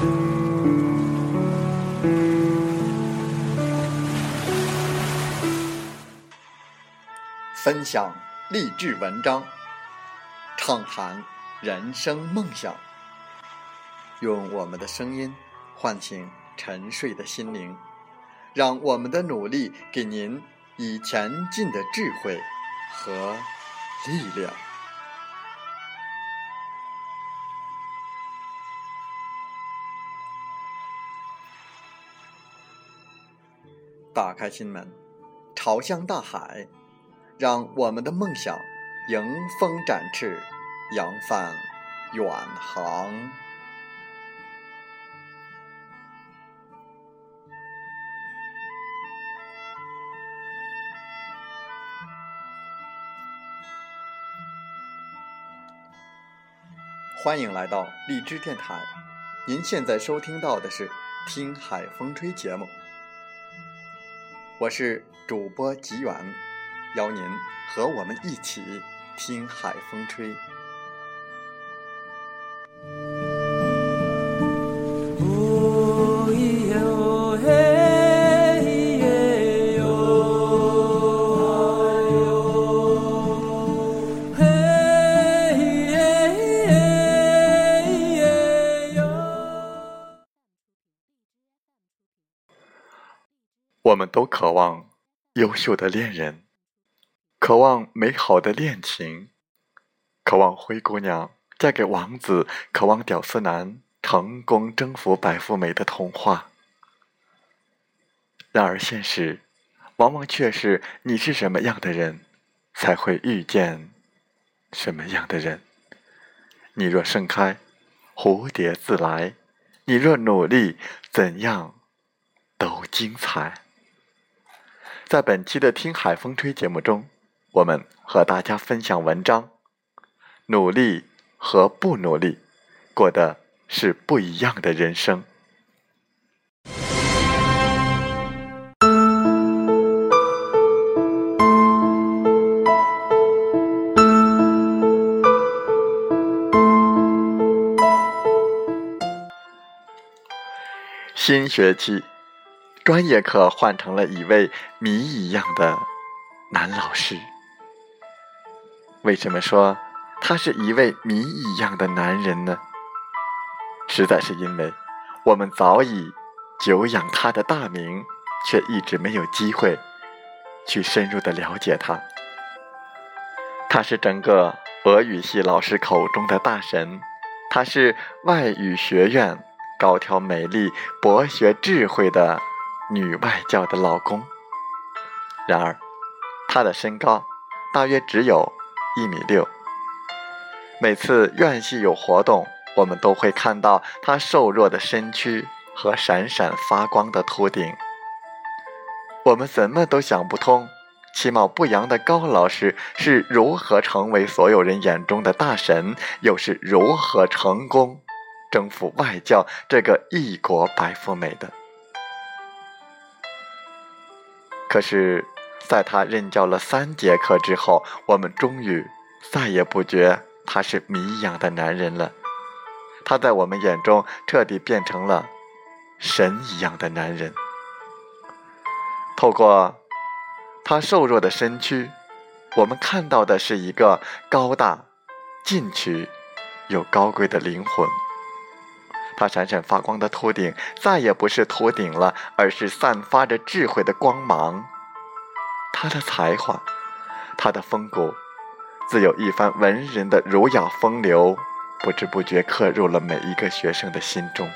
分享励志文章，畅谈人生梦想，用我们的声音唤醒沉睡的心灵，让我们的努力给您以前进的智慧和力量。打开心门，朝向大海，让我们的梦想迎风展翅，扬帆远航。欢迎来到荔枝电台，您现在收听到的是听海风吹节目，我是主播吉远，邀您和我们一起听海风吹。我们都渴望优秀的恋人，渴望美好的恋情，渴望灰姑娘嫁给王子，渴望屌丝男成功征服白富美的童话。然而现实往往却是你是什么样的人，才会遇见什么样的人。你若盛开，蝴蝶自来；你若努力，怎样都精彩。在本期的听海风吹节目中，我们和大家分享文章，努力和不努力，过的是不一样的人生。新学期专业课换成了一位谜一样的男老师。为什么说他是一位谜一样的男人呢？实在是因为我们早已久仰他的大名，却一直没有机会去深入的了解他。他是整个俄语系老师口中的大神，他是外语学院高挑美丽博学智慧的女外教的老公。然而他的身高大约只有1.6米，每次院系有活动，我们都会看到他瘦弱的身躯和闪闪发光的秃顶。我们怎么都想不通，其貌不扬的高老师是如何成为所有人眼中的大神，又是如何成功征服外教这个异国白富美的。可是在他任教了3节课之后，我们终于再也不觉他是谜一样的男人了。他在我们眼中彻底变成了神一样的男人。透过他瘦弱的身躯，我们看到的是一个高大进取又高贵的灵魂。他闪闪发光的秃顶再也不是秃顶了，而是散发着智慧的光芒。他的才华，他的风骨，自有一番文人的儒雅风流，不知不觉刻入了每一个学生的心中。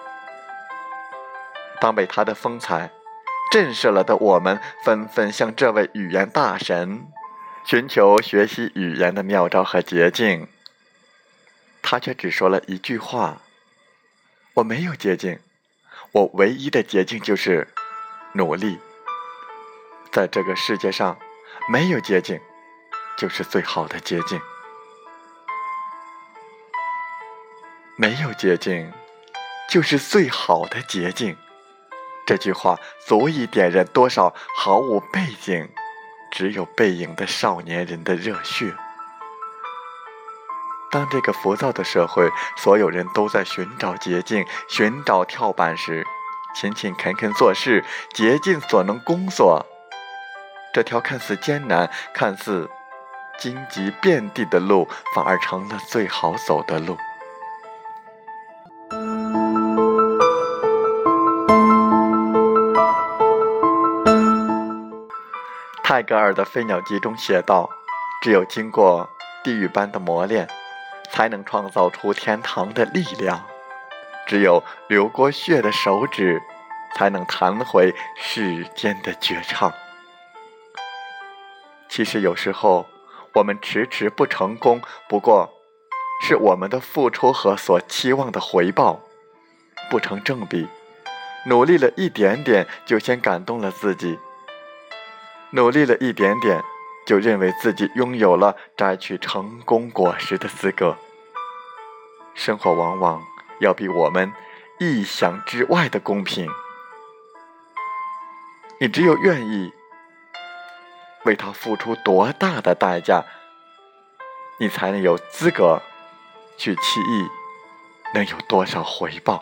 当被他的风采震慑了的我们，纷纷向这位语言大神寻求学习语言的妙招和捷径，他却只说了一句话：我没有捷径，我唯一的捷径就是努力。在这个世界上，没有捷径，就是最好的捷径。没有捷径，就是最好的捷径。这句话足以点燃多少毫无背景，只有背影的少年人的热血。 当这个浮躁的社会，所有人都在寻找捷径、寻找跳板时，勤勤恳恳做事，竭尽所能工作，这条看似艰难、看似荆棘遍地的路，反而成了最好走的路。泰戈尔的《飞鸟集》中写道，只有经过地狱般的磨练，才能创造出天堂的力量，只有流过血的手指，才能弹回世间的绝唱。其实有时候我们迟迟不成功，不过是我们的付出和所期望的回报不成正比，努力了一点点就先感动了自己，努力了一点点就认为自己拥有了摘取成功果实的资格。生活往往要比我们意想之外的公平，你只有愿意为它付出多大的代价，你才能有资格去期冀能有多少回报。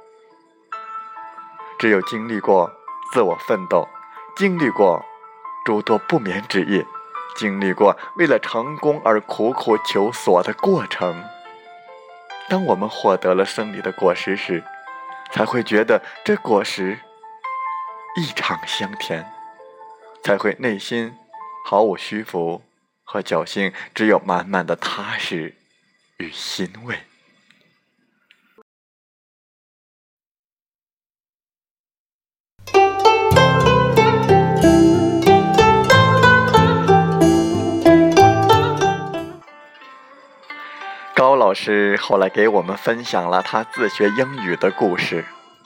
只有经历过自我奋斗，经历过诸多不眠之夜，经历过为了成功而苦苦求索的过程，当我们获得了胜利的果实时，才会觉得这果实异常香甜，才会内心毫无虚浮和侥幸，只有满满的踏实与欣慰。高老师后来给我们分享了他自学英语的故事。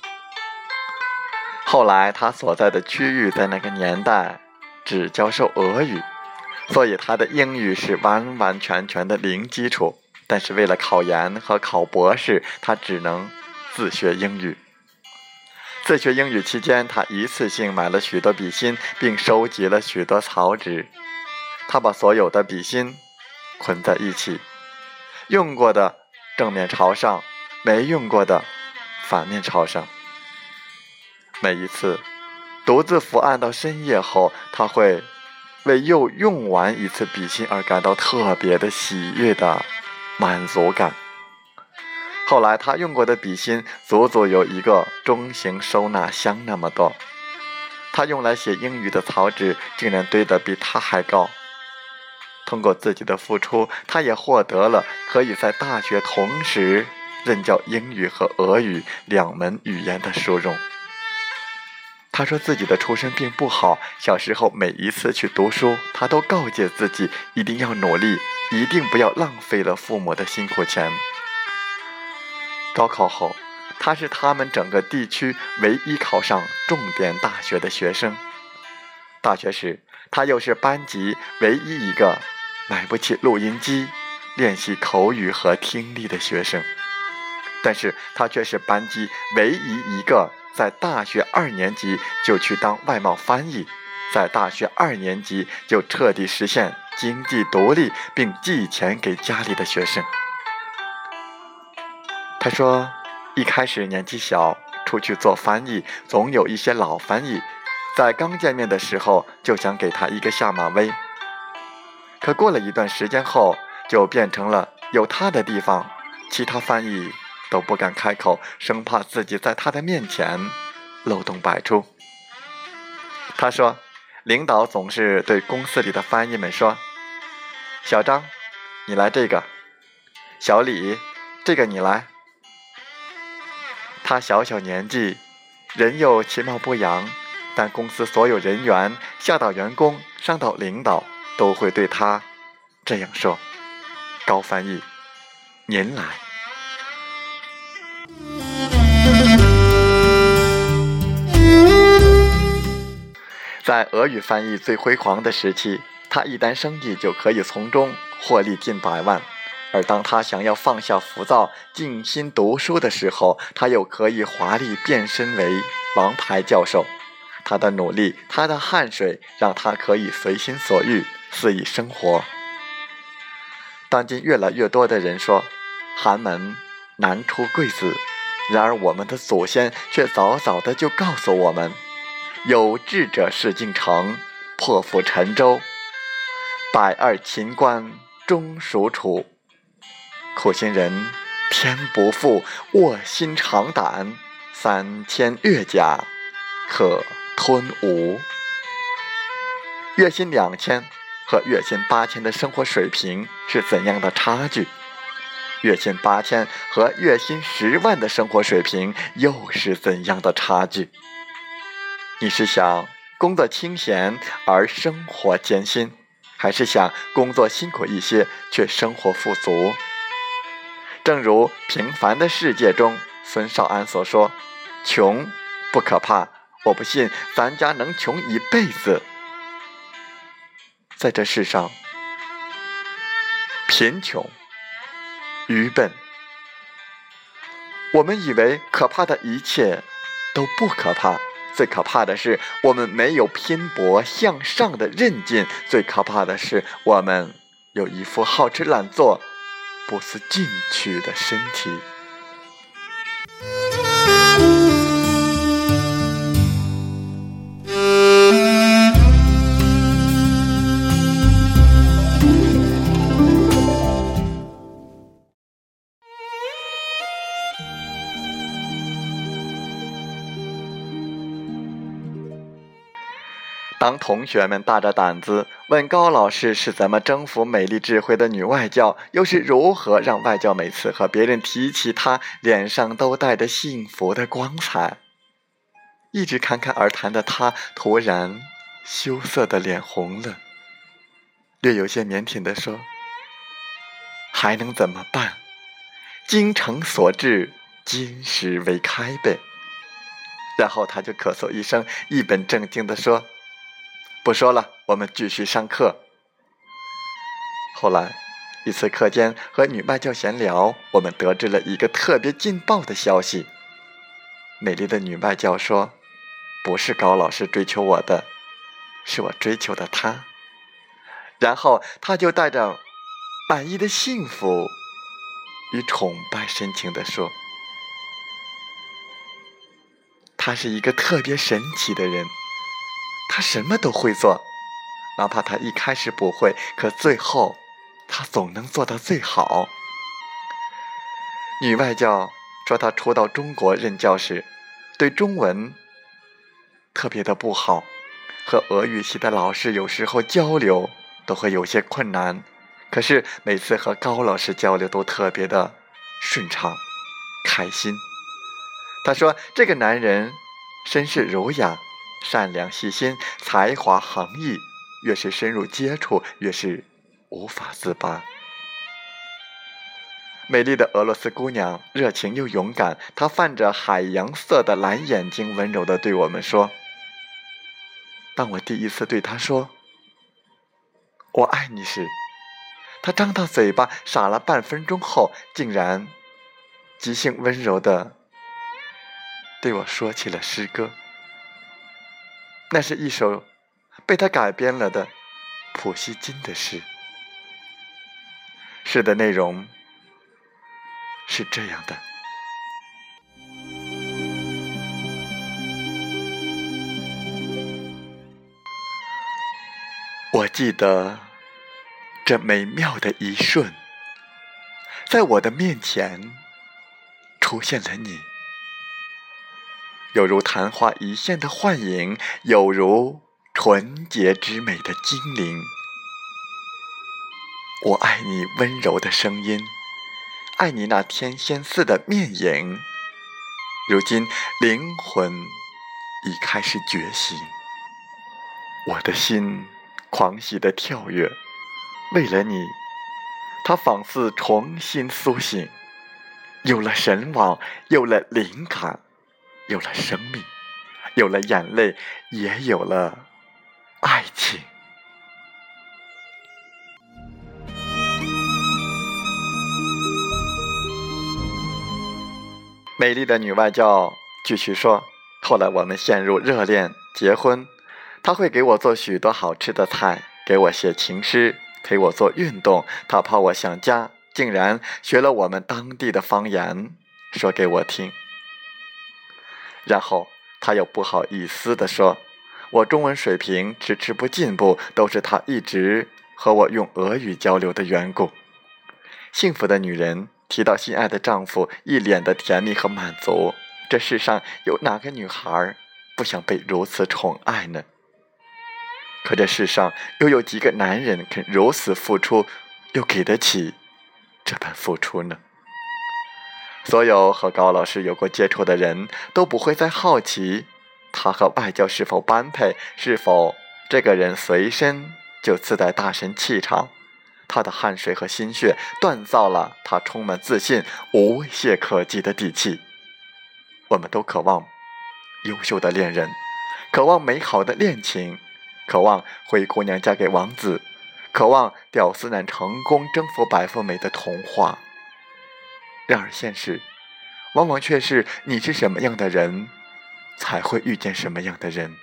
后来他所在的区域在那个年代只教授俄语，所以他的英语是完完全全的零基础，但是为了考研和考博士，他只能自学英语。自学英语期间，他一次性买了许多笔芯，并收集了许多草纸。他把所有的笔芯捆在一起，用过的正面朝上，没用过的反面朝上。每一次独自伏案到深夜后，他会为又用完一次笔芯而感到特别的喜悦的满足感。后来他用过的笔芯足足有一个中型收纳箱那么多，他用来写英语的草纸竟然堆得比他还高。通过自己的付出，他也获得了可以在大学同时任教英语和俄语两门语言的殊荣。他说自己的出身并不好，小时候每一次去读书，他都告诫自己一定要努力，一定不要浪费了父母的辛苦钱。高考后，他是他们整个地区唯一考上重点大学的学生。大学时，他又是班级唯一一个买不起录音机练习口语和听力的学生，但是他却是班级唯一一个在大学2年级就去当外贸翻译，在大学2年级就彻底实现经济独立并寄钱给家里的学生。他说，一开始年纪小，出去做翻译，总有一些老翻译在刚见面的时候就想给他一个下马威，可过了一段时间后，就变成了有他的地方，其他翻译都不敢开口，生怕自己在他的面前漏洞百出。他说，领导总是对公司里的翻译们说，小张，你来这个，小李，这个你来。他小小年纪，人又其貌不扬，但公司所有人员，下到员工，上到领导，都会对他这样说，高翻译，您来。在俄语翻译最辉煌的时期，他一单生意就可以从中获利近100万，而当他想要放下浮躁，静心读书的时候，他又可以华丽变身为王牌教授。他的努力，他的汗水，让他可以随心所欲，肆意生活。 当今越来越多的人说寒门难出贵子，然而我们的祖先却早早的就告诉我们，有志者事竟成，破釜沉舟，百二秦关终属楚。苦心人天不负，卧薪尝胆，3000越甲可吞吴。月薪2000和月薪8000的生活水平是怎样的差距？月薪8000和月薪10万的生活水平又是怎样的差距？你是想工作清闲而生活艰辛，还是想工作辛苦一些却生活富足？正如《平凡的世界》中孙少安所说，穷不可怕，我不信咱家能穷一辈子。在这世上，贫穷、愚笨，我们以为可怕的一切都不可怕，最可怕的是我们没有拼搏向上的韧劲，最可怕的是我们有一副好吃懒做、不思进取的身体。当同学们大着胆子问高老师是怎么征服美丽智慧的女外教，又是如何让外教每次和别人提起她，脸上都带着幸福的光彩，一直侃侃而谈的他突然羞涩的脸红了，略有些腼腆地说，还能怎么办？精诚所至，金石为开呗。然后他就咳嗽一声，一本正经地说，不说了，我们继续上课。后来一次课间和女外教闲聊，我们得知了一个特别劲爆的消息。美丽的女外教说，不是高老师追求我的，是我追求的他。然后他就带着满意的幸福与崇拜深情地说，他是一个特别神奇的人，他什么都会做，哪怕他一开始不会，可最后他总能做到最好。女外教说，她初到中国任教时，对中文特别的不好，和俄语系的老师有时候交流都会有些困难，可是每次和高老师交流都特别的顺畅开心。她说，这个男人身世儒雅，善良细心，才华横溢，越是深入接触，越是无法自拔。美丽的俄罗斯姑娘热情又勇敢，她泛着海洋色的蓝眼睛，温柔地对我们说，当我第一次对她说我爱你时，她张大嘴巴傻了半分钟后，竟然即兴温柔地对我说起了诗歌。那是一首被他改编了的普希金的诗。诗的内容是这样的，我记得这美妙的一瞬，在我的面前出现了你，有如昙花一现的幻影，有如纯洁之美的精灵。我爱你温柔的声音，爱你那天仙似的面影。如今灵魂已开始觉醒，我的心狂喜地跳跃，为了你，它仿似重新苏醒，有了神往，有了灵感，有了生命，有了眼泪，也有了爱情。美丽的女外教继续说，后来我们陷入热恋，结婚，她会给我做许多好吃的菜，给我写情诗， 陪我做运动，他怕我想家，竟然学了我们当地的方言说给我听。然后他又不好意思地说，我中文水平迟迟不进步，都是他一直和我用俄语交流的缘故。幸福的女人提到心爱的丈夫，一脸的甜蜜和满足。这世上有哪个女孩不想被如此宠爱呢？可这世上又有几个男人肯如此付出，又给得起这般付出呢？所有和高老师有过接触的人都不会再好奇他和外教是否般配，是否这个人随身就自带大神气场。他的汗水和心血锻造了他充满自信、无威胁可及的底气。我们都渴望优秀的恋人，渴望美好的恋情，渴望灰姑娘嫁给王子，渴望屌丝男成功征服白富美的童话。然而现实往往却是你是什么样的人，才会遇见什么样的人。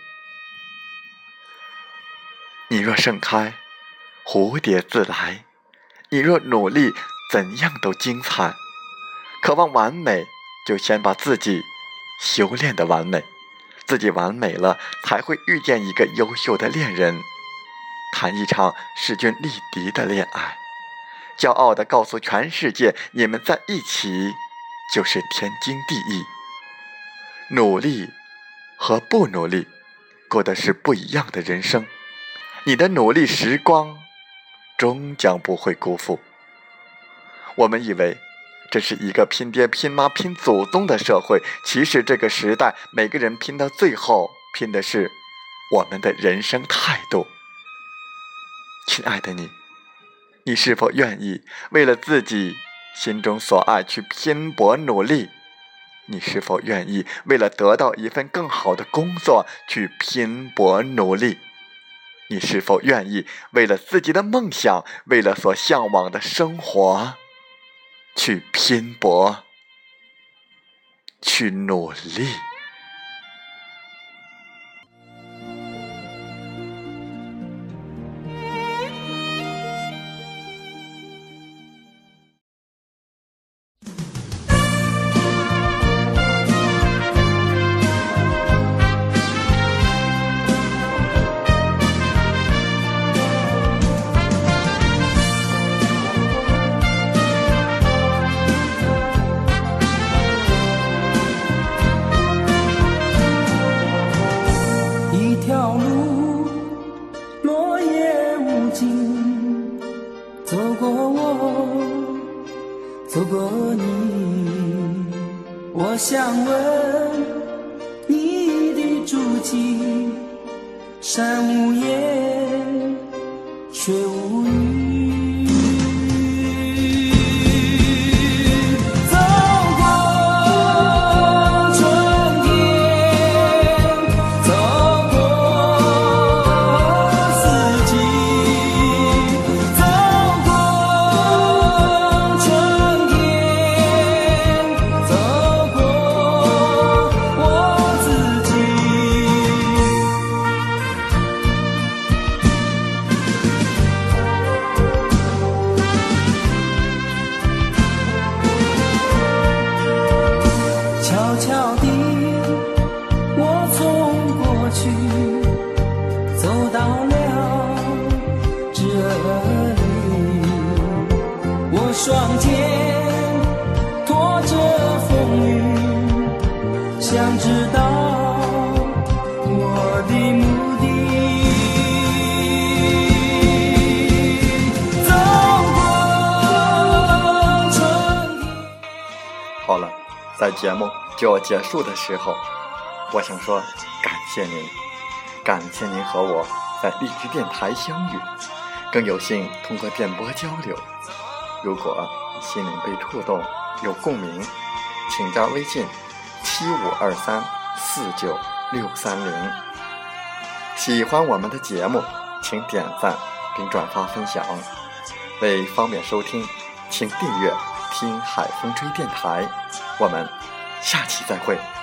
你若盛开，蝴蝶自来；你若努力，怎样都精彩。渴望完美，就先把自己修炼的完美，自己完美了，才会遇见一个优秀的恋人，谈一场势均力敌的恋爱，骄傲地告诉全世界，你们在一起就是天经地义。努力和不努力过的是不一样的人生，你的努力时光终将不会辜负。我们以为这是一个拼爹拼妈拼祖宗的社会，其实这个时代每个人拼到最后，拼的是我们的人生态度。亲爱的你是否愿意为了自己心中所爱去拼搏努力？你是否愿意为了得到一份更好的工作去拼搏努力？你是否愿意为了自己的梦想，为了所向往的生活去拼搏，去努力？ 走过你，我想问你的足迹，山无言，水无语。走过春天，走过四季，走过春天，走过我自己。悄悄地，我从过去走到了这里，我双肩拖着风雨，想知道我的目的。走过春天。 好了，在节目就要结束的时候，我想说感谢您，感谢您和我在荔枝电台相遇，更有幸通过电波交流。如果心灵被触动，有共鸣，请加微信7523496630。喜欢我们的节目，请点赞并转发分享。为方便收听，请订阅听海风吹电台。我们下期再会。